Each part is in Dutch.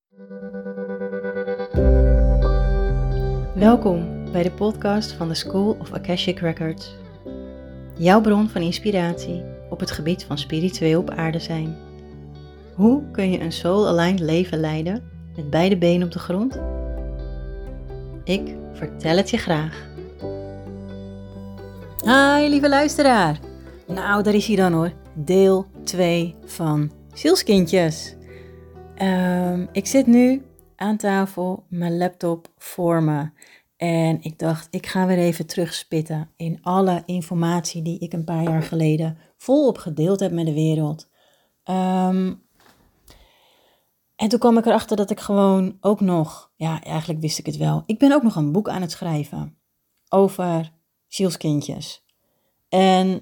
Welkom bij de podcast van de School of Akashic Records. Jouw bron van inspiratie op het gebied van spiritueel op aarde zijn. Hoe kun je een soul-aligned leven leiden met beide benen op de grond? Ik vertel het je graag. Hi lieve luisteraar. Nou, daar is hij dan hoor. Deel 2 van Zielskindjes. Ik zit nu aan tafel, mijn laptop voor me. En ik dacht, ik ga weer even terugspitten in alle informatie die ik een paar jaar geleden volop gedeeld heb met de wereld. En toen kwam ik erachter dat ik gewoon ook nog, ja eigenlijk wist ik het wel. Ik ben ook nog een boek aan het schrijven over zielskindjes. En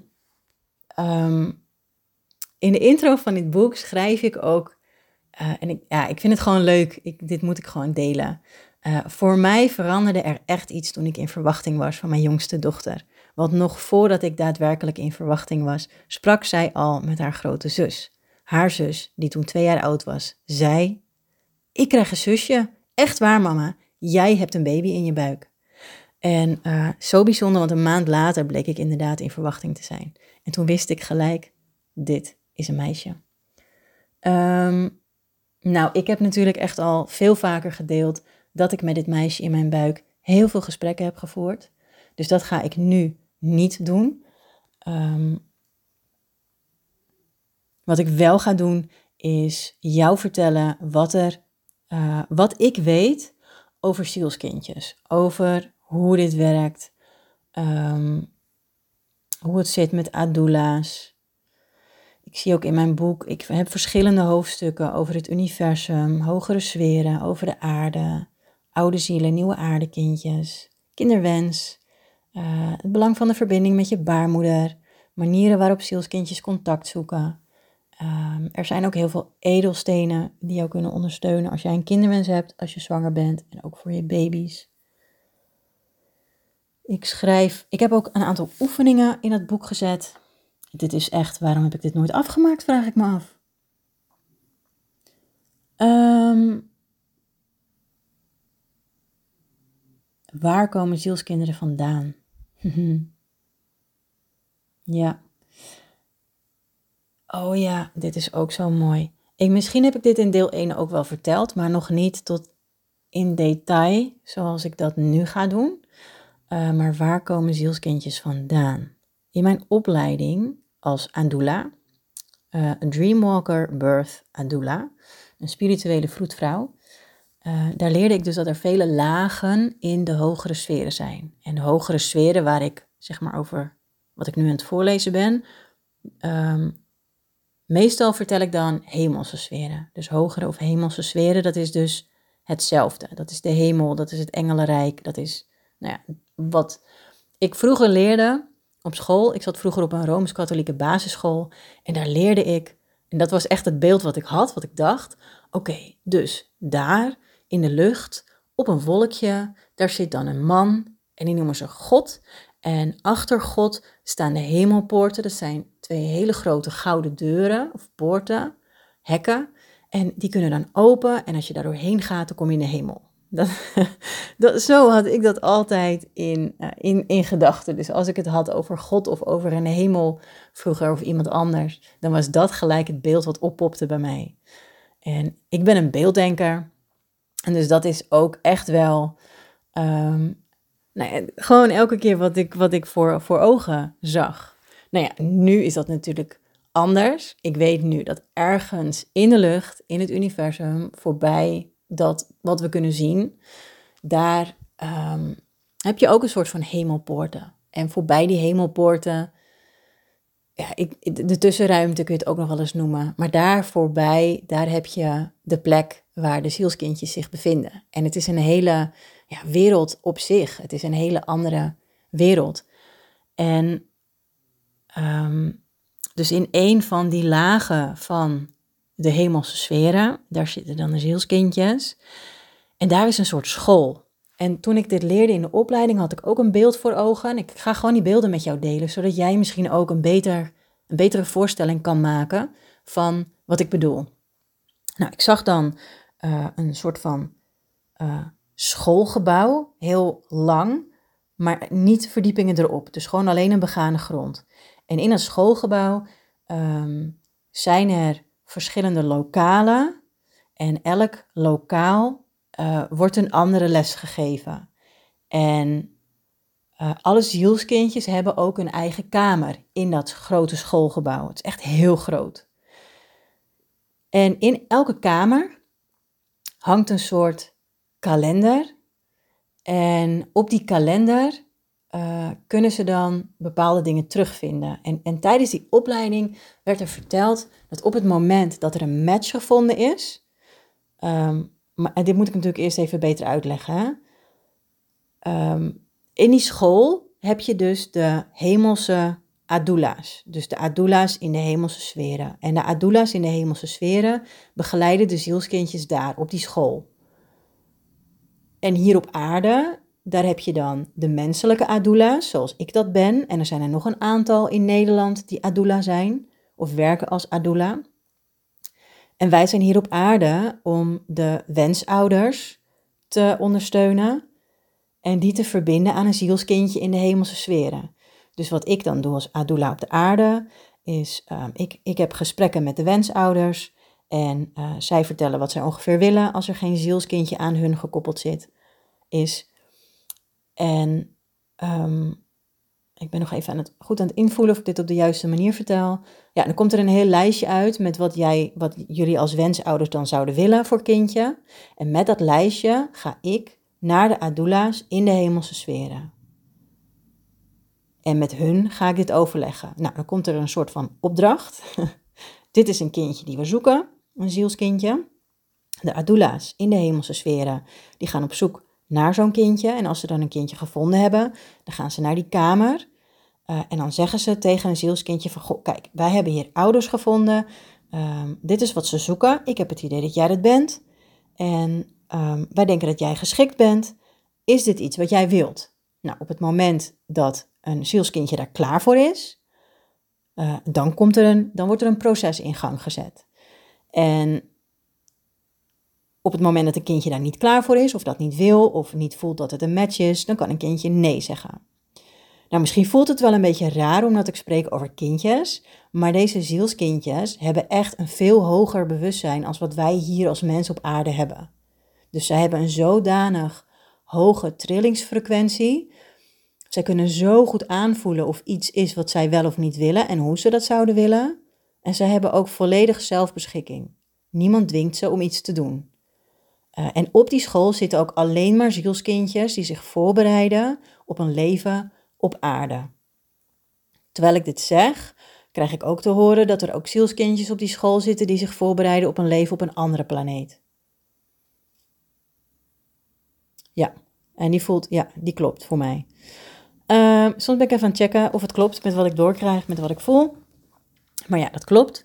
in de intro van dit boek schrijf ik ook, ik vind het gewoon leuk, dit moet ik gewoon delen. Voor mij veranderde er echt iets toen ik in verwachting was van mijn jongste dochter. Want nog voordat ik daadwerkelijk in verwachting was, sprak zij al met haar grote zus. Haar zus, die toen 2 jaar oud was, zei: "Ik krijg een zusje. Echt waar, mama. Jij hebt een baby in je buik." En zo bijzonder, want een maand later bleek ik inderdaad in verwachting te zijn. En toen wist ik gelijk, dit is een meisje. Nou, ik heb natuurlijk echt al veel vaker gedeeld dat ik met dit meisje in mijn buik heel veel gesprekken heb gevoerd. Dus dat ga ik nu niet doen. Wat ik wel ga doen is jou vertellen wat ik weet over zielskindjes. Over hoe dit werkt. Hoe het zit met adoula's. Ik zie ook in mijn boek, ik heb verschillende hoofdstukken over het universum, hogere sferen, over de aarde, oude zielen, nieuwe aardekindjes, kinderwens, het belang van de verbinding met je baarmoeder, manieren waarop zielskindjes contact zoeken. Er zijn ook heel veel edelstenen die jou kunnen ondersteunen als jij een kinderwens hebt, als je zwanger bent en ook voor je baby's. Ik heb ook een aantal oefeningen in het boek gezet. Dit is echt, waarom heb ik dit nooit afgemaakt, vraag ik me af. Waar komen zielskinderen vandaan? Ja. Oh ja, dit is ook zo mooi. Misschien heb ik dit in deel 1 ook wel verteld, maar nog niet tot in detail, zoals ik dat nu ga doen. Maar waar komen zielskindjes vandaan? In mijn opleiding als Adoula, een Dreamwalker Birth Adoula, een spirituele vroedvrouw. Daar leerde ik dus dat er vele lagen in de hogere sferen zijn. En de hogere sferen waar ik, zeg maar over wat ik nu aan het voorlezen ben, meestal vertel ik dan hemelse sferen. Dus hogere of hemelse sferen, dat is dus hetzelfde. Dat is de hemel, dat is het engelenrijk, dat is wat ik vroeger leerde op school. Ik zat vroeger op een Rooms-Katholieke basisschool en daar leerde ik, en dat was echt het beeld wat ik had, wat ik dacht. Oké, dus daar in de lucht, op een wolkje, daar zit dan een man en die noemen ze God. En achter God staan de hemelpoorten. Dat zijn 2 hele grote gouden deuren of poorten, hekken. En die kunnen dan open en als je daar doorheen gaat, dan kom je in de hemel. Zo had ik dat altijd in gedachten. Dus als ik het had over God of over een hemel vroeger of iemand anders, dan was dat gelijk het beeld wat oppopte bij mij. En ik ben een beelddenker. En dus dat is ook echt wel gewoon elke keer wat ik voor ogen zag. Nou ja, nu is dat natuurlijk anders. Ik weet nu dat ergens in de lucht, in het universum, voorbij dat wat we kunnen zien, daar heb je ook een soort van hemelpoorten. En voorbij die hemelpoorten, ja, de tussenruimte kun je het ook nog wel eens noemen. Maar daar voorbij, daar heb je de plek waar de zielskindjes zich bevinden. En het is een hele wereld op zich. Het is een hele andere wereld. En dus in een van die lagen van de hemelse sferen, daar zitten dan de zielskindjes. En daar is een soort school. En toen ik dit leerde in de opleiding, had ik ook een beeld voor ogen. En ik ga gewoon die beelden met jou delen, zodat jij misschien ook een betere voorstelling kan maken van wat ik bedoel. Nou, ik zag dan een soort van schoolgebouw, heel lang, maar niet verdiepingen erop. Dus gewoon alleen een begane grond. En in het schoolgebouw zijn er verschillende lokalen en elk lokaal wordt een andere les gegeven. En alle zielskindjes hebben ook een eigen kamer in dat grote schoolgebouw. Het is echt heel groot. En in elke kamer hangt een soort kalender. En op die kalender kunnen ze dan bepaalde dingen terugvinden. En tijdens die opleiding werd er verteld dat op het moment dat er een match gevonden is... en dit moet ik natuurlijk eerst even beter uitleggen. Hè? In die school heb je dus de hemelse adoula's. Dus de adoula's in de hemelse sferen. En de adoula's in de hemelse sferen begeleiden de zielskindjes daar op die school. En hier op aarde, daar heb je dan de menselijke adoula's, zoals ik dat ben. En er zijn er nog een aantal in Nederland die adoula zijn, of werken als adoula. En wij zijn hier op aarde om de wensouders te ondersteunen en die te verbinden aan een zielskindje in de hemelse sferen. Dus wat ik dan doe als adoula op de aarde, is ik heb gesprekken met de wensouders en zij vertellen wat zij ongeveer willen als er geen zielskindje aan hun gekoppeld is. En ik ben nog even goed aan het invoelen of ik dit op de juiste manier vertel. Ja, dan komt er een heel lijstje uit met wat jullie als wensouders dan zouden willen voor kindje. En met dat lijstje ga ik naar de adoula's in de hemelse sferen. En met hun ga ik dit overleggen. Nou, dan komt er een soort van opdracht. Dit is een kindje die we zoeken, een zielskindje. De adoula's in de hemelse sferen, die gaan op zoek naar zo'n kindje. En als ze dan een kindje gevonden hebben, dan gaan ze naar die kamer. En dan zeggen ze tegen een zielskindje van, goh, kijk, wij hebben hier ouders gevonden. Dit is wat ze zoeken. Ik heb het idee dat jij het bent. En wij denken dat jij geschikt bent. Is dit iets wat jij wilt? Nou, op het moment dat een zielskindje daar klaar voor is, dan wordt er een proces in gang gezet. En op het moment dat een kindje daar niet klaar voor is, of dat niet wil, of niet voelt dat het een match is, dan kan een kindje nee zeggen. Nou, misschien voelt het wel een beetje raar omdat ik spreek over kindjes, maar deze zielskindjes hebben echt een veel hoger bewustzijn als wat wij hier als mensen op aarde hebben. Dus zij hebben een zodanig hoge trillingsfrequentie. Zij kunnen zo goed aanvoelen of iets is wat zij wel of niet willen en hoe ze dat zouden willen. En zij hebben ook volledig zelfbeschikking. Niemand dwingt ze om iets te doen. En op die school zitten ook alleen maar zielskindjes die zich voorbereiden op een leven op aarde. Terwijl ik dit zeg, krijg ik ook te horen dat er ook zielskindjes op die school zitten die zich voorbereiden op een leven op een andere planeet. Ja, en die klopt voor mij. Soms ben ik even aan het checken of het klopt met wat ik doorkrijg, met wat ik voel. Maar ja, dat klopt.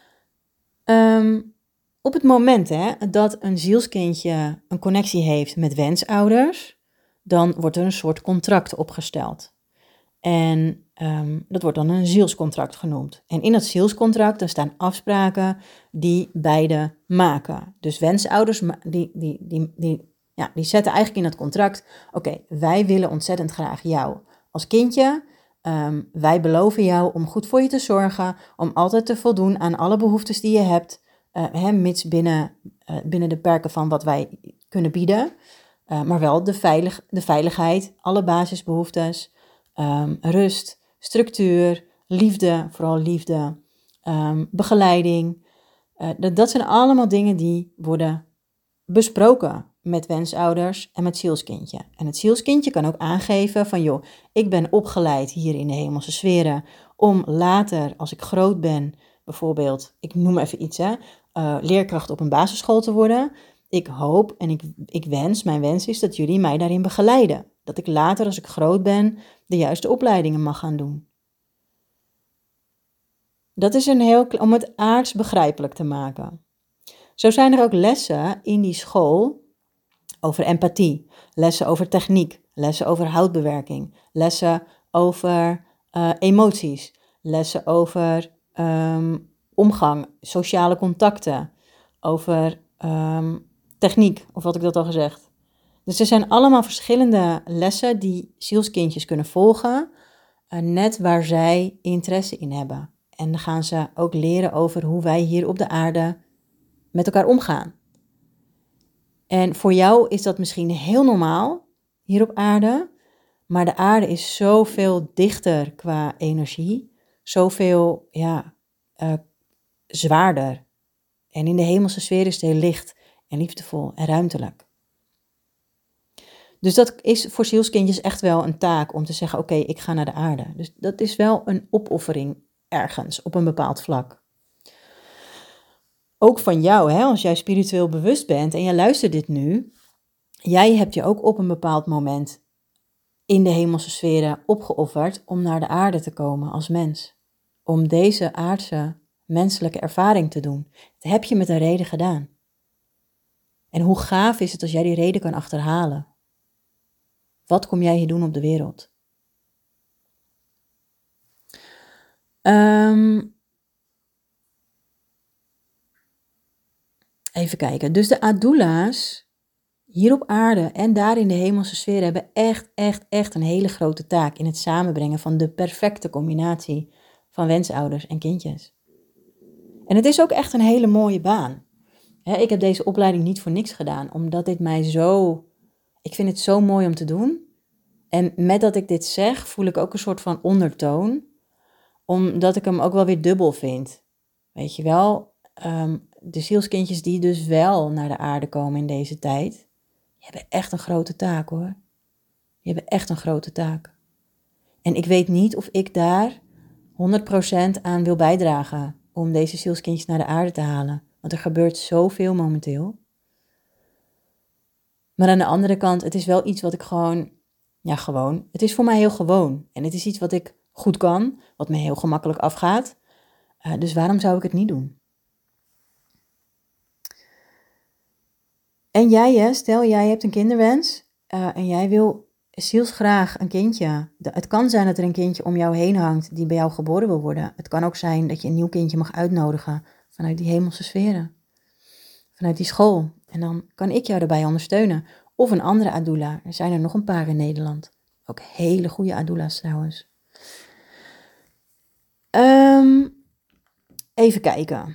Op het moment dat een zielskindje een connectie heeft met wensouders, dan wordt er een soort contract opgesteld. En dat wordt dan een zielscontract genoemd. En in dat zielscontract daar staan afspraken die beide maken. Dus wensouders die zetten eigenlijk in dat contract, oké, wij willen ontzettend graag jou als kindje. Wij beloven jou om goed voor je te zorgen, om altijd te voldoen aan alle behoeftes die je hebt, mits binnen de perken van wat wij kunnen bieden, maar wel de veiligheid, alle basisbehoeftes, rust, structuur, liefde, vooral liefde, begeleiding. Dat zijn allemaal dingen die worden besproken met wensouders en met zielskindje. En het zielskindje kan ook aangeven van, joh, ik ben opgeleid hier in de hemelse sferen om later, als ik groot ben, bijvoorbeeld, ik noem even iets, leerkracht op een basisschool te worden. Ik hoop en mijn wens is dat jullie mij daarin begeleiden. Dat ik later, als ik groot ben, de juiste opleidingen mag gaan doen. Dat is om het aards begrijpelijk te maken. Zo zijn er ook lessen in die school over empathie, lessen over techniek, lessen over houtbewerking, lessen over emoties, lessen over omgang, sociale contacten, over techniek, of had ik dat al gezegd? Dus er zijn allemaal verschillende lessen die zielskindjes kunnen volgen, net waar zij interesse in hebben. En dan gaan ze ook leren over hoe wij hier op de aarde met elkaar omgaan. En voor jou is dat misschien heel normaal hier op aarde, maar de aarde is zoveel dichter qua energie, zoveel zwaarder. En in de hemelse sfeer is het heel licht en liefdevol en ruimtelijk. Dus dat is voor zielskindjes echt wel een taak om te zeggen, oké, ik ga naar de aarde. Dus dat is wel een opoffering ergens op een bepaald vlak. Ook van jou, als jij spiritueel bewust bent en je luistert dit nu, jij hebt je ook op een bepaald moment in de hemelse sferen opgeofferd om naar de aarde te komen als mens. Om deze aardse menselijke ervaring te doen. Dat heb je met een reden gedaan. En hoe gaaf is het als jij die reden kan achterhalen? Wat kom jij hier doen op de wereld? Even kijken. Dus de Adula's hier op aarde en daar in de hemelse sfeer hebben echt een hele grote taak in het samenbrengen van de perfecte combinatie van wensouders en kindjes. En het is ook echt een hele mooie baan. Ik heb deze opleiding niet voor niks gedaan, omdat dit mij ik vind het zo mooi om te doen. En met dat ik dit zeg, voel ik ook een soort van ondertoon, omdat ik hem ook wel weer dubbel vind. Weet je wel, de zielskindjes die dus wel naar de aarde komen in deze tijd, die hebben echt een grote taak hoor. Die hebben echt een grote taak. En ik weet niet of ik daar 100% aan wil bijdragen om deze zielskindjes naar de aarde te halen. Want er gebeurt zoveel momenteel. Maar aan de andere kant, het is wel iets wat ik het is voor mij heel gewoon. En het is iets wat ik goed kan, wat me heel gemakkelijk afgaat. Dus waarom zou ik het niet doen? En jij, stel jij hebt een kinderwens en jij wil zielsgraag een kindje. Het kan zijn dat er een kindje om jou heen hangt die bij jou geboren wil worden. Het kan ook zijn dat je een nieuw kindje mag uitnodigen vanuit die hemelse sferen. Vanuit die school. En dan kan ik jou daarbij ondersteunen. Of een andere Adula. Er zijn er nog een paar in Nederland. Ook hele goede Adula's trouwens. Even kijken.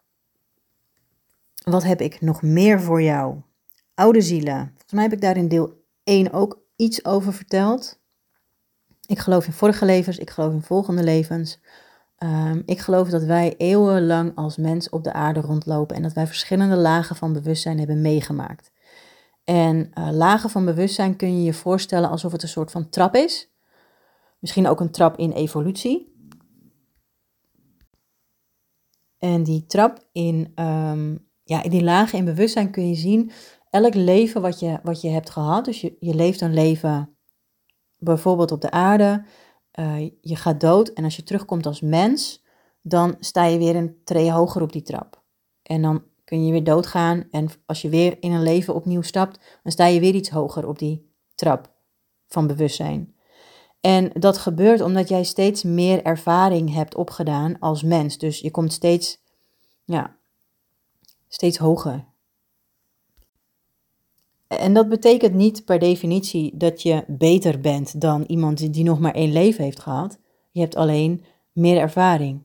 Wat heb ik nog meer voor jou? Oude zielen. Volgens mij heb ik daar in deel 1 ook iets over verteld. Ik geloof in vorige levens. Ik geloof in volgende levens. Ik geloof dat wij eeuwenlang als mens op de aarde rondlopen. En dat wij verschillende lagen van bewustzijn hebben meegemaakt. En lagen van bewustzijn kun je je voorstellen alsof het een soort van trap is. Misschien ook een trap in evolutie. En die trap in die lagen in bewustzijn kun je zien. Elk leven wat je hebt gehad. Dus je leeft een leven bijvoorbeeld op de aarde. Je gaat dood en als je terugkomt als mens, dan sta je weer een tree hoger op die trap. En dan kun je weer doodgaan en als je weer in een leven opnieuw stapt, dan sta je weer iets hoger op die trap van bewustzijn. En dat gebeurt omdat jij steeds meer ervaring hebt opgedaan als mens. Dus je komt steeds hoger. En dat betekent niet per definitie dat je beter bent dan iemand die nog maar 1 leven heeft gehad. Je hebt alleen meer ervaring.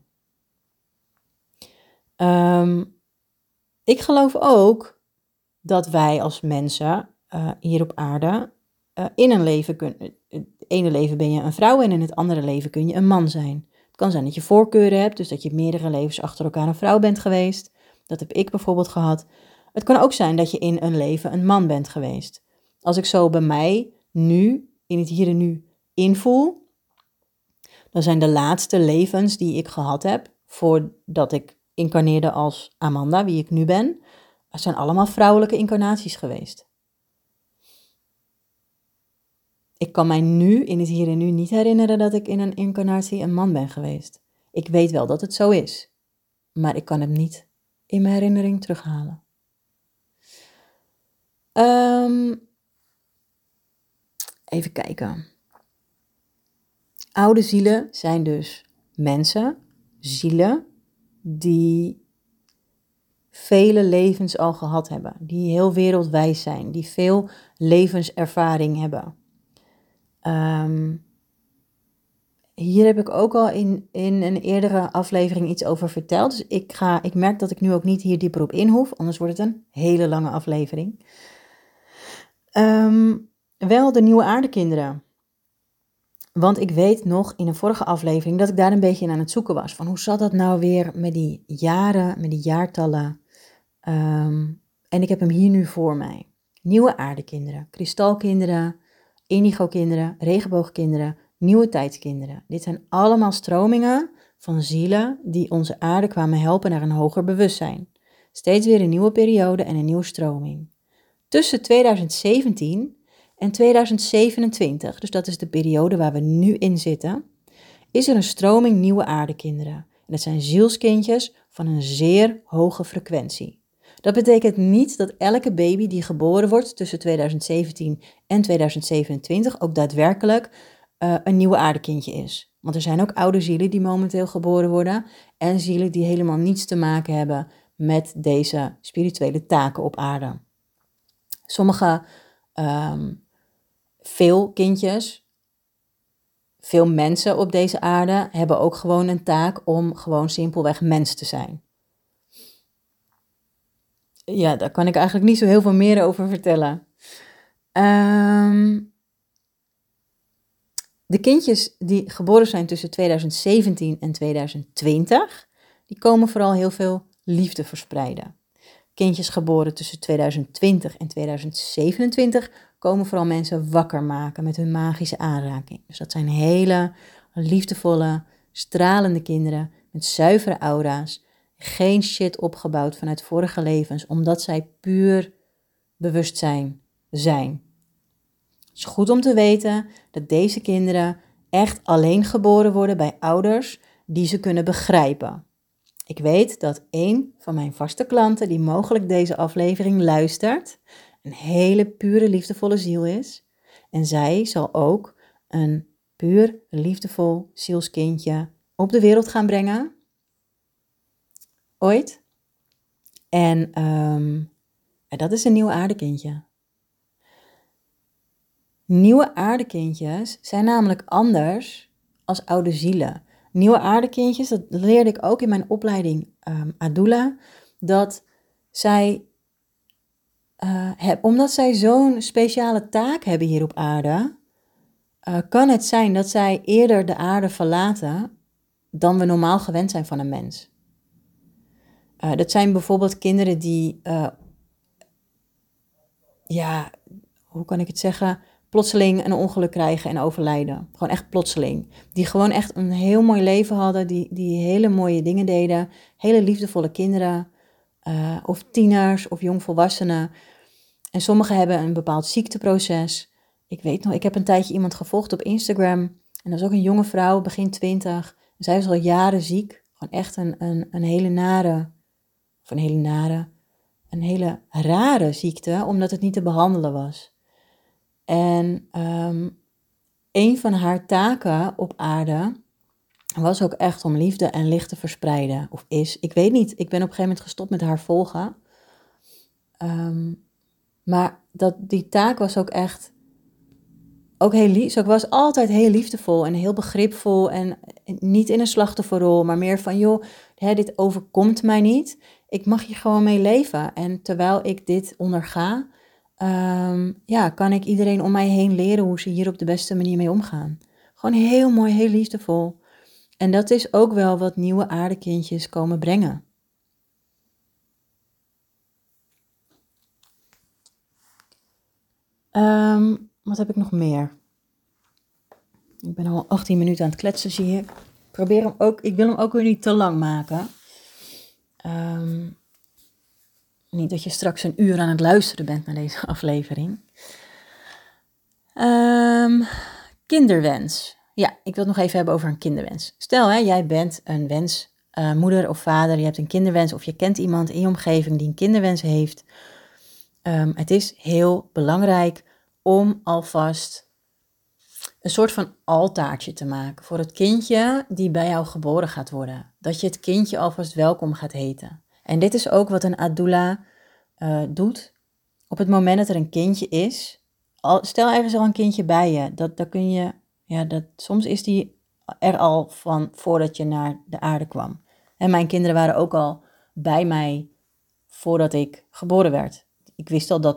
Ik geloof ook dat wij als mensen hier op aarde in een leven kunnen. Het ene leven ben je een vrouw en in het andere leven kun je een man zijn. Het kan zijn dat je voorkeuren hebt, dus dat je meerdere levens achter elkaar een vrouw bent geweest. Dat heb ik bijvoorbeeld gehad. Het kan ook zijn dat je in een leven een man bent geweest. Als ik zo bij mij nu, in het hier en nu, invoel, dan zijn de laatste levens die ik gehad heb, voordat ik incarneerde als Amanda, wie ik nu ben, zijn allemaal vrouwelijke incarnaties geweest. Ik kan mij nu, in het hier en nu, niet herinneren dat ik in een incarnatie een man ben geweest. Ik weet wel dat het zo is, maar ik kan hem niet in mijn herinnering terughalen. Even kijken. Oude zielen zijn dus mensen, zielen, die vele levens al gehad hebben, die heel wereldwijs zijn, die veel levenservaring hebben. Hier heb ik ook al in een eerdere aflevering iets over verteld. Dus ik merk dat ik nu ook niet hier dieper op in hoef, anders wordt het een hele lange aflevering. Wel de nieuwe aardekinderen. Want ik weet nog in een vorige aflevering dat ik daar een beetje in aan het zoeken was. Van hoe zat dat nou weer met die jaren, met die jaartallen. En ik heb hem hier nu voor mij. Nieuwe aardekinderen, kristalkinderen, indigo-kinderen, regenboogkinderen, nieuwe tijdskinderen. Dit zijn allemaal stromingen van zielen die onze aarde kwamen helpen naar een hoger bewustzijn. Steeds weer een nieuwe periode en een nieuwe stroming. Tussen 2017 en 2027, dus dat is de periode waar we nu in zitten, is er een stroming nieuwe aardekinderen. En dat zijn zielskindjes van een zeer hoge frequentie. Dat betekent niet dat elke baby die geboren wordt tussen 2017 en 2027 ook daadwerkelijk een nieuwe aardekindje is. Want er zijn ook oude zielen die momenteel geboren worden en zielen die helemaal niets te maken hebben met deze spirituele taken op aarde. Sommige, veel kindjes, veel mensen op deze aarde hebben ook gewoon een taak om gewoon simpelweg mens te zijn. Ja, daar kan ik eigenlijk niet zo heel veel meer over vertellen. De kindjes die geboren zijn tussen 2017 en 2020, die komen vooral heel veel liefde verspreiden. Kindjes geboren tussen 2020 en 2027 komen vooral mensen wakker maken met hun magische aanraking. Dus dat zijn hele liefdevolle, stralende kinderen met zuivere aura's. Geen shit opgebouwd vanuit vorige levens, omdat zij puur bewustzijn zijn. Het is goed om te weten dat deze kinderen echt alleen geboren worden bij ouders die ze kunnen begrijpen. Ik weet dat een van mijn vaste klanten, die mogelijk deze aflevering luistert, een hele pure liefdevolle ziel is. En zij zal ook een puur liefdevol zielskindje op de wereld gaan brengen. Ooit. En dat is een nieuw aardekindje. Nieuwe aardekindjes zijn namelijk anders als oude zielen. Nieuwe aardekindjes, dat leerde ik ook in mijn opleiding Adula, dat zij, omdat zij zo'n speciale taak hebben hier op aarde, kan het zijn dat zij eerder de aarde verlaten dan we normaal gewend zijn van een mens. Dat zijn bijvoorbeeld kinderen die, hoe kan ik het zeggen, plotseling een ongeluk krijgen en overlijden. Gewoon echt plotseling. Die gewoon echt een heel mooi leven hadden, die hele mooie dingen deden. Hele liefdevolle kinderen, of tieners of jongvolwassenen. En sommigen hebben een bepaald ziekteproces. Ik weet nog, ik heb een tijdje iemand gevolgd op Instagram. En dat is ook een jonge vrouw, begin 20. En zij was al jaren ziek. Gewoon echt een hele rare ziekte, omdat het niet te behandelen was. En een van haar taken op aarde was ook echt om liefde en licht te verspreiden. Of is, ik weet niet. Ik ben op een gegeven moment gestopt met haar volgen. Maar die taak was ook echt, ook heel lief. Ze was altijd heel liefdevol en heel begripvol. En niet in een slachtofferrol, maar meer van, joh, dit overkomt mij niet. Ik mag hier gewoon mee leven. En terwijl ik dit onderga, kan ik iedereen om mij heen leren hoe ze hier op de beste manier mee omgaan. Gewoon heel mooi, heel liefdevol. En dat is ook wel wat nieuwe aardekindjes komen brengen. Wat heb ik nog meer? Ik ben al 18 minuten aan het kletsen, zie je. Ik wil hem ook weer niet te lang maken. Niet dat je straks een uur aan het luisteren bent naar deze aflevering. Kinderwens. Ja, ik wil het nog even hebben over een kinderwens. Stel, jij bent een wensmoeder of vader. Je hebt een kinderwens of je kent iemand in je omgeving die een kinderwens heeft. Het is heel belangrijk om alvast een soort van altaartje te maken voor het kindje die bij jou geboren gaat worden. Dat je het kindje alvast welkom gaat heten. En dit is ook wat een Adoula doet. Op het moment dat er een kindje is, stel er is al een kindje bij je, dat kun je, soms is die er al van voordat je naar de aarde kwam. En mijn kinderen waren ook al bij mij voordat ik geboren werd. Ik wist al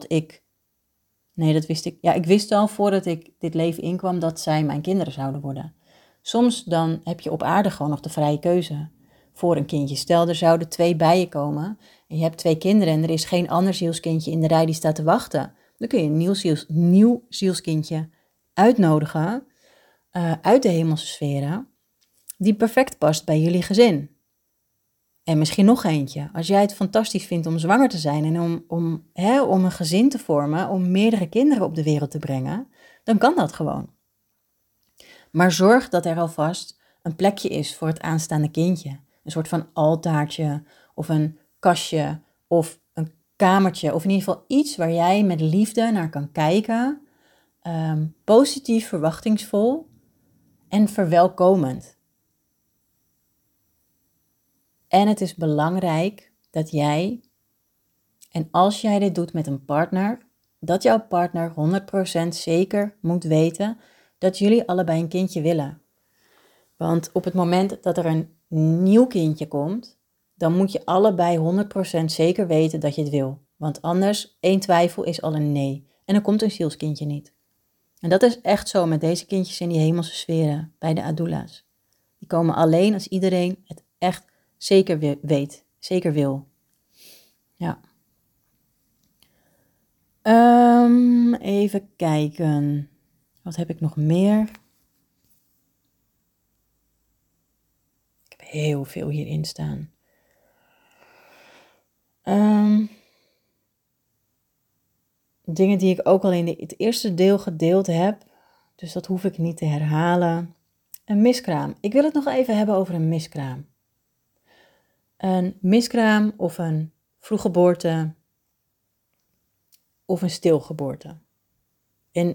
ik wist al voordat ik dit leven inkwam dat zij mijn kinderen zouden worden. Soms dan heb je op aarde gewoon nog de vrije keuze voor een kindje. Stel, er zouden 2 bij je komen en je hebt 2 kinderen en er is geen ander zielskindje in de rij die staat te wachten. Dan kun je een nieuw zielskindje uitnodigen uit de hemelse sferen die perfect past bij jullie gezin. En misschien nog eentje. Als jij het fantastisch vindt om zwanger te zijn en om een gezin te vormen, om meerdere kinderen op de wereld te brengen, dan kan dat gewoon. Maar zorg dat er alvast een plekje is voor het aanstaande kindje. Een soort van altaartje of een kastje of een kamertje. Of in ieder geval iets waar jij met liefde naar kan kijken. Positief, verwachtingsvol en verwelkomend. En het is belangrijk dat jij, en als jij dit doet met een partner, dat jouw partner 100% zeker moet weten dat jullie allebei een kindje willen. Want op het moment dat er een nieuw kindje komt, dan moet je allebei 100% zeker weten dat je het wil. Want anders, 1 twijfel is al een nee. En dan komt een zielskindje niet. En dat is echt zo met deze kindjes in die hemelse sferen, bij de Adoula's. Die komen alleen als iedereen het echt zeker weet, zeker wil. Ja. Even kijken. Wat heb ik nog meer? Ik heb heel veel hierin staan. Dingen die ik ook al in het eerste deel gedeeld heb. Dus dat hoef ik niet te herhalen. Een miskraam. Ik wil het nog even hebben over een miskraam. Een miskraam of een vroeggeboorte of een stilgeboorte. En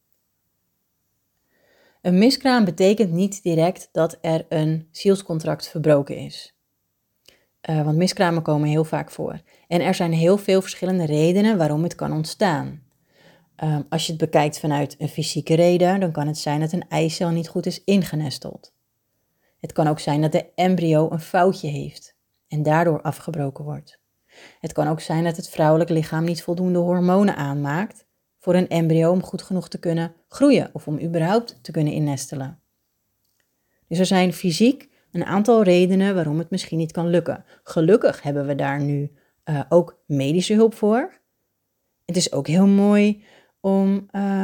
een miskraam betekent niet direct dat er een zielscontract verbroken is. Want miskramen komen heel vaak voor. En er zijn heel veel verschillende redenen waarom het kan ontstaan. Als je het bekijkt vanuit een fysieke reden, dan kan het zijn dat een eicel niet goed is ingenesteld. Het kan ook zijn dat de embryo een foutje heeft en daardoor afgebroken wordt. Het kan ook zijn dat het vrouwelijk lichaam niet voldoende hormonen aanmaakt voor een embryo om goed genoeg te kunnen groeien of om überhaupt te kunnen innestelen. Dus er zijn fysiek een aantal redenen waarom het misschien niet kan lukken. Gelukkig hebben we daar nu ook medische hulp voor. Het is ook heel mooi om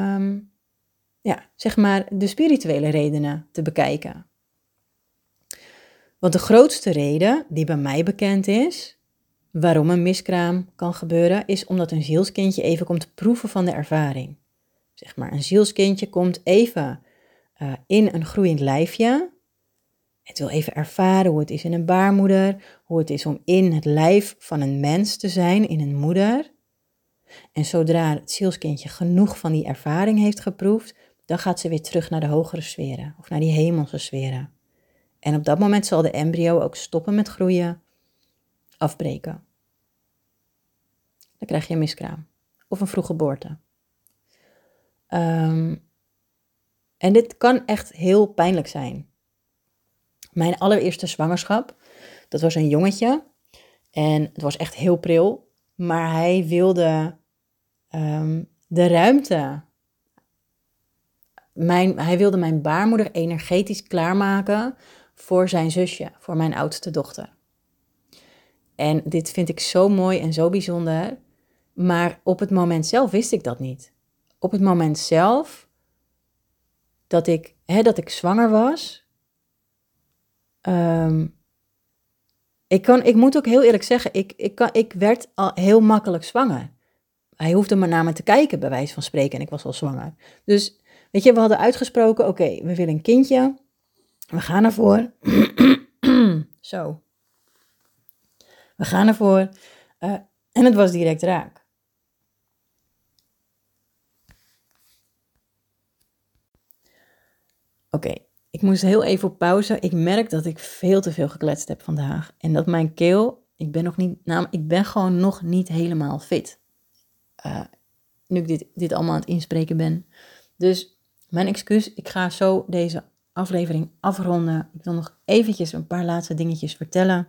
de spirituele redenen te bekijken. Want de grootste reden die bij mij bekend is, waarom een miskraam kan gebeuren, is omdat een zielskindje even komt proeven van de ervaring. Zeg maar, een zielskindje komt even in een groeiend lijfje. Het wil even ervaren hoe het is in een baarmoeder, hoe het is om in het lijf van een mens te zijn, in een moeder. En zodra het zielskindje genoeg van die ervaring heeft geproefd, dan gaat ze weer terug naar de hogere sferen of naar die hemelse sferen. En op dat moment zal de embryo ook stoppen met groeien, afbreken. Dan krijg je een miskraam of een vroeggeboorte. En dit kan echt heel pijnlijk zijn. Mijn allereerste zwangerschap, dat was een jongetje en het was echt heel pril, maar hij wilde de ruimte. Hij wilde mijn baarmoeder energetisch klaarmaken voor zijn zusje, voor mijn oudste dochter. En dit vind ik zo mooi en zo bijzonder, maar op het moment zelf wist ik dat niet. Op het moment zelf dat ik zwanger was, ik moet ook heel eerlijk zeggen, ik werd al heel makkelijk zwanger. Hij hoefde maar naar me te kijken, bij wijze van spreken, en ik was al zwanger. Dus, weet je, we hadden uitgesproken, oké, we willen een kindje. We gaan ervoor. Zo. We gaan ervoor. En het was direct raak. Oké, ik moest heel even op pauze. Ik merk dat ik veel te veel gekletst heb vandaag. En dat mijn keel Ik ben gewoon nog niet helemaal fit. Nu ik dit allemaal aan het inspreken ben. Dus mijn excuus, ik ga zo deze aflevering afronden. Ik wil nog eventjes een paar laatste dingetjes vertellen.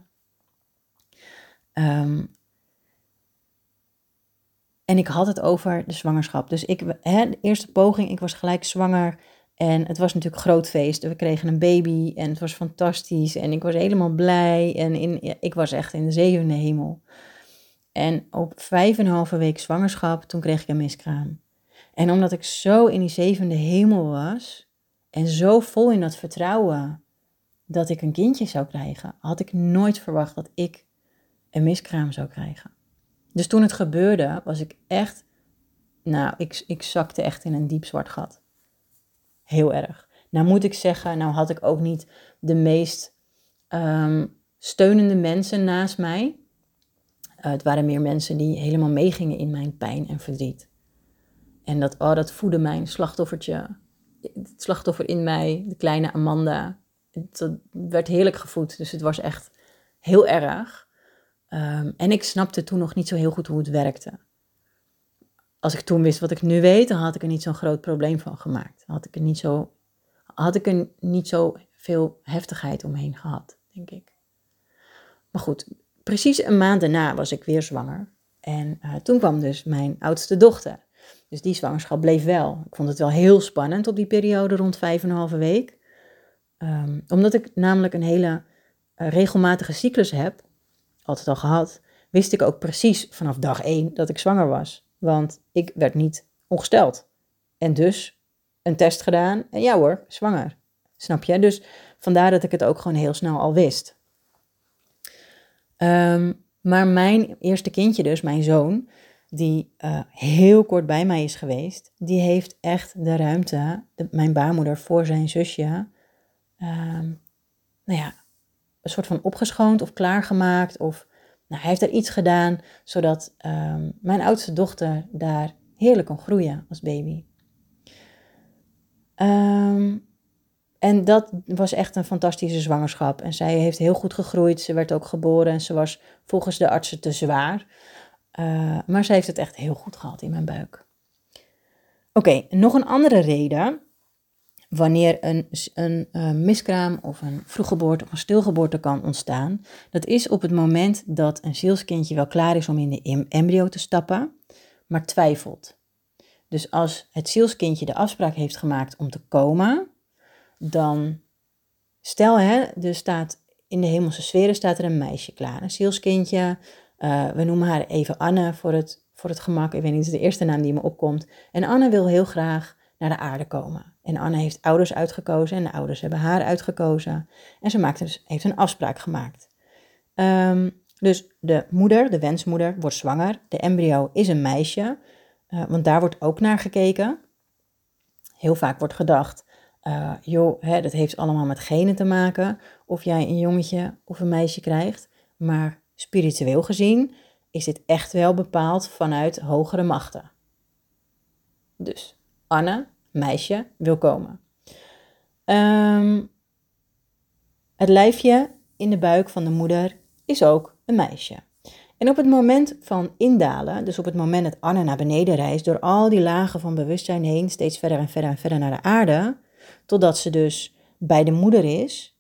En ik had het over de zwangerschap. Dus de eerste poging, ik was gelijk zwanger. En het was natuurlijk een groot feest. We kregen een baby en het was fantastisch. En ik was helemaal blij. En ik was echt in de zevende hemel. En op 5,5 week zwangerschap, toen kreeg ik een miskraam. En omdat ik zo in die zevende hemel was en zo vol in dat vertrouwen dat ik een kindje zou krijgen, had ik nooit verwacht dat ik een miskraam zou krijgen. Dus toen het gebeurde, was ik echt, ik zakte echt in een diep zwart gat. Heel erg. Nou moet ik zeggen, nou had ik ook niet de meest steunende mensen naast mij. Het waren meer mensen die helemaal meegingen in mijn pijn en verdriet. En dat voedde mijn slachtoffertje. Het slachtoffer in mij, de kleine Amanda. Dat werd heerlijk gevoed. Dus het was echt heel erg. En ik snapte toen nog niet zo heel goed hoe het werkte. Als ik toen wist wat ik nu weet, dan had ik er niet zo'n groot probleem van gemaakt. Had ik er niet zo veel heftigheid omheen gehad, denk ik. Maar goed, precies een maand daarna was ik weer zwanger. En toen kwam dus mijn oudste dochter. Dus die zwangerschap bleef wel. Ik vond het wel heel spannend op die periode rond 5,5 week. Omdat ik namelijk een hele regelmatige cyclus heb, altijd al gehad, wist ik ook precies vanaf dag 1 dat ik zwanger was. Want ik werd niet ongesteld. En dus een test gedaan en ja hoor, zwanger. Snap je? Dus vandaar dat ik het ook gewoon heel snel al wist. Maar mijn eerste kindje dus, mijn zoon, die heel kort bij mij is geweest, die heeft echt de ruimte, mijn baarmoeder voor zijn zusje, een soort van opgeschoond of klaargemaakt. Of hij heeft er iets gedaan, zodat mijn oudste dochter daar heerlijk kon groeien als baby. En dat was echt een fantastische zwangerschap. En zij heeft heel goed gegroeid. Ze werd ook geboren en ze was volgens de artsen te zwaar. Maar ze heeft het echt heel goed gehad in mijn buik. Oké, nog een andere reden wanneer een miskraam of een vroeggeboorte of een stilgeboorte kan ontstaan. Dat is op het moment dat een zielskindje wel klaar is om in de embryo te stappen, maar twijfelt. Dus als het zielskindje de afspraak heeft gemaakt om te komen, dan stel er staat in de hemelse sferen staat er een meisje klaar, een zielskindje. We noemen haar even Anne voor het gemak. Ik weet niet, het is de eerste naam die me opkomt. En Anne wil heel graag naar de aarde komen. En Anne heeft ouders uitgekozen en de ouders hebben haar uitgekozen. En ze heeft een afspraak gemaakt. Dus de moeder, de wensmoeder, wordt zwanger. De embryo is een meisje, want daar wordt ook naar gekeken. Heel vaak wordt gedacht, dat heeft allemaal met genen te maken. Of jij een jongetje of een meisje krijgt. Maar spiritueel gezien is dit echt wel bepaald vanuit hogere machten. Dus Anne, meisje, wil komen. Het lijfje in de buik van de moeder is ook een meisje. En op het moment van indalen, dus op het moment dat Anne naar beneden reist, door al die lagen van bewustzijn heen, steeds verder en verder en verder naar de aarde, totdat ze dus bij de moeder is,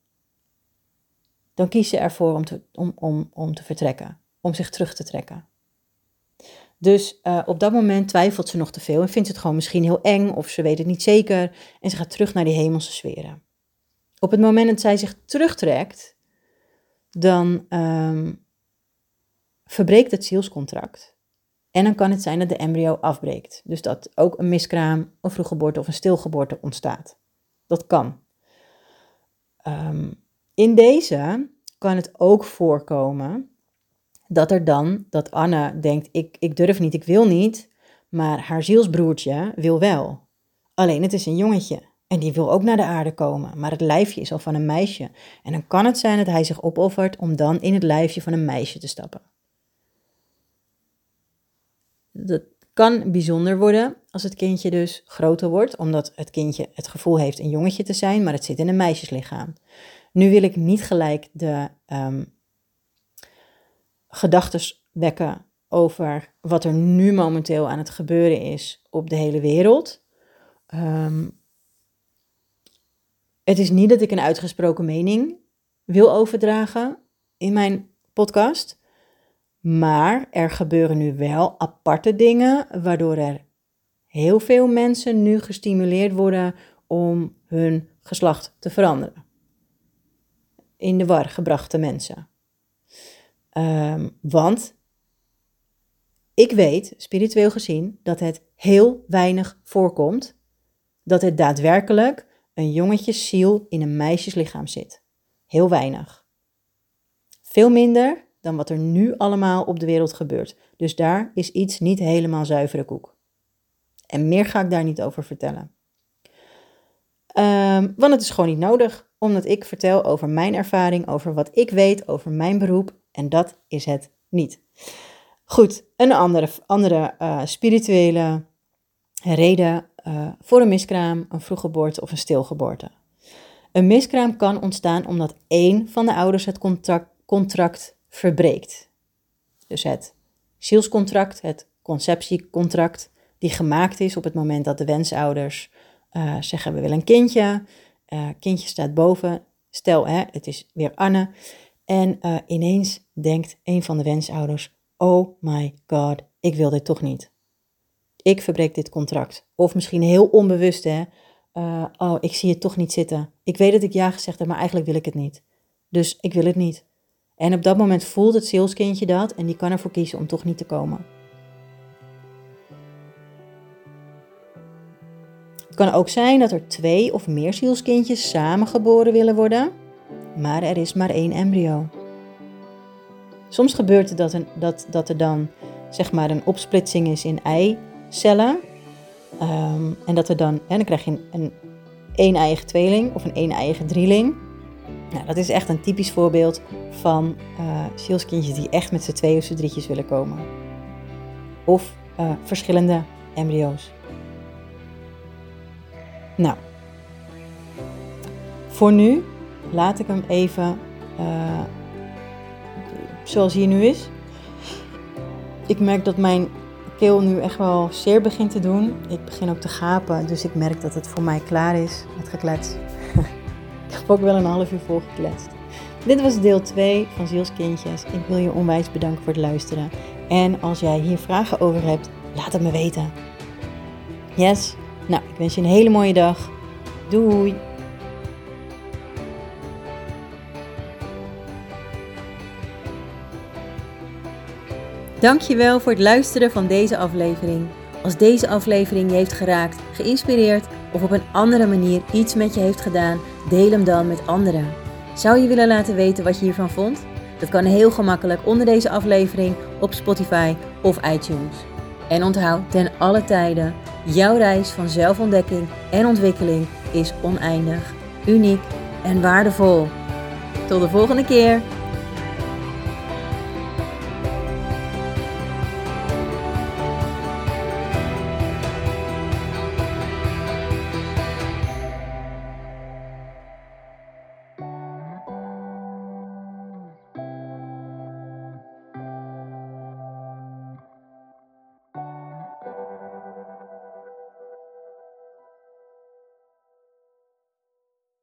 dan kiest ze ervoor om te vertrekken, om zich terug te trekken. Dus op dat moment twijfelt ze nog te veel en vindt het gewoon misschien heel eng of ze weet het niet zeker en ze gaat terug naar die hemelse sferen. Op het moment dat zij zich terugtrekt, dan verbreekt het zielscontract. En dan kan het zijn dat de embryo afbreekt. Dus dat ook een miskraam, een vroeggeboorte of een stilgeboorte ontstaat. Dat kan. In deze kan het ook voorkomen dat Anne denkt, ik durf niet, ik wil niet, maar haar zielsbroertje wil wel. Alleen het is een jongetje en die wil ook naar de aarde komen, maar het lijfje is al van een meisje. En dan kan het zijn dat hij zich opoffert om dan in het lijfje van een meisje te stappen. Dat kan bijzonder worden als het kindje dus groter wordt, omdat het kindje het gevoel heeft een jongetje te zijn, maar het zit in een meisjeslichaam. Nu wil ik niet gelijk gedachten wekken over wat er nu momenteel aan het gebeuren is op de hele wereld. Het is niet dat ik een uitgesproken mening wil overdragen in mijn podcast. Maar er gebeuren nu wel aparte dingen, waardoor er heel veel mensen nu gestimuleerd worden om hun geslacht te veranderen. In de war gebrachte mensen. Want ik weet, spiritueel gezien, dat het heel weinig voorkomt dat het daadwerkelijk een jongetjesziel in een meisjeslichaam zit. Heel weinig. Veel minder dan wat er nu allemaal op de wereld gebeurt. Dus daar is iets niet helemaal zuivere koek. En meer ga ik daar niet over vertellen. Want het is gewoon niet nodig, omdat ik vertel over mijn ervaring, over wat ik weet, over mijn beroep. En dat is het niet. Goed, een andere spirituele reden voor een miskraam, een vroeggeboorte of een stilgeboorte. Een miskraam kan ontstaan omdat één van de ouders het contract verbreekt. Dus het zielscontract, het conceptiecontract, die gemaakt is op het moment dat de wensouders zeggen we willen een kindje. Kindje staat boven, stel het is weer Anne. En ineens denkt een van de wensouders, oh my god, ik wil dit toch niet. Ik verbreek dit contract. Of misschien heel onbewust ik zie het toch niet zitten. Ik weet dat ik ja gezegd heb, maar eigenlijk wil ik het niet. Dus ik wil het niet. En op dat moment voelt het zielskindje dat en die kan ervoor kiezen om toch niet te komen. Het kan ook zijn dat er 2 of meer zielskindjes samen geboren willen worden, maar er is maar 1 embryo. Soms gebeurt het dat er dan zeg maar een opsplitsing is in eicellen. En dat er dan krijg je een een-eiige tweeling of een een-eiige drieling. Nou, dat is echt een typisch voorbeeld van zielskindjes die echt met z'n 2 of z'n 3'tjes willen komen. Of verschillende embryo's. Nou, voor nu laat ik hem even zoals hij nu is. Ik merk dat mijn keel nu echt wel zeer begint te doen. Ik begin ook te gapen, dus ik merk dat het voor mij klaar is met geklets. Ik heb ook wel een half uur vol gekletst. Dit was deel 2 van Zielskindjes. Ik wil je onwijs bedanken voor het luisteren. En als jij hier vragen over hebt, laat het me weten. Yes? Nou, ik wens je een hele mooie dag. Doei! Dankjewel voor het luisteren van deze aflevering. Als deze aflevering je heeft geraakt, geïnspireerd of op een andere manier iets met je heeft gedaan, deel hem dan met anderen. Zou je willen laten weten wat je hiervan vond? Dat kan heel gemakkelijk onder deze aflevering op Spotify of iTunes. En onthoud ten alle tijden, jouw reis van zelfontdekking en ontwikkeling is oneindig, uniek en waardevol. Tot de volgende keer!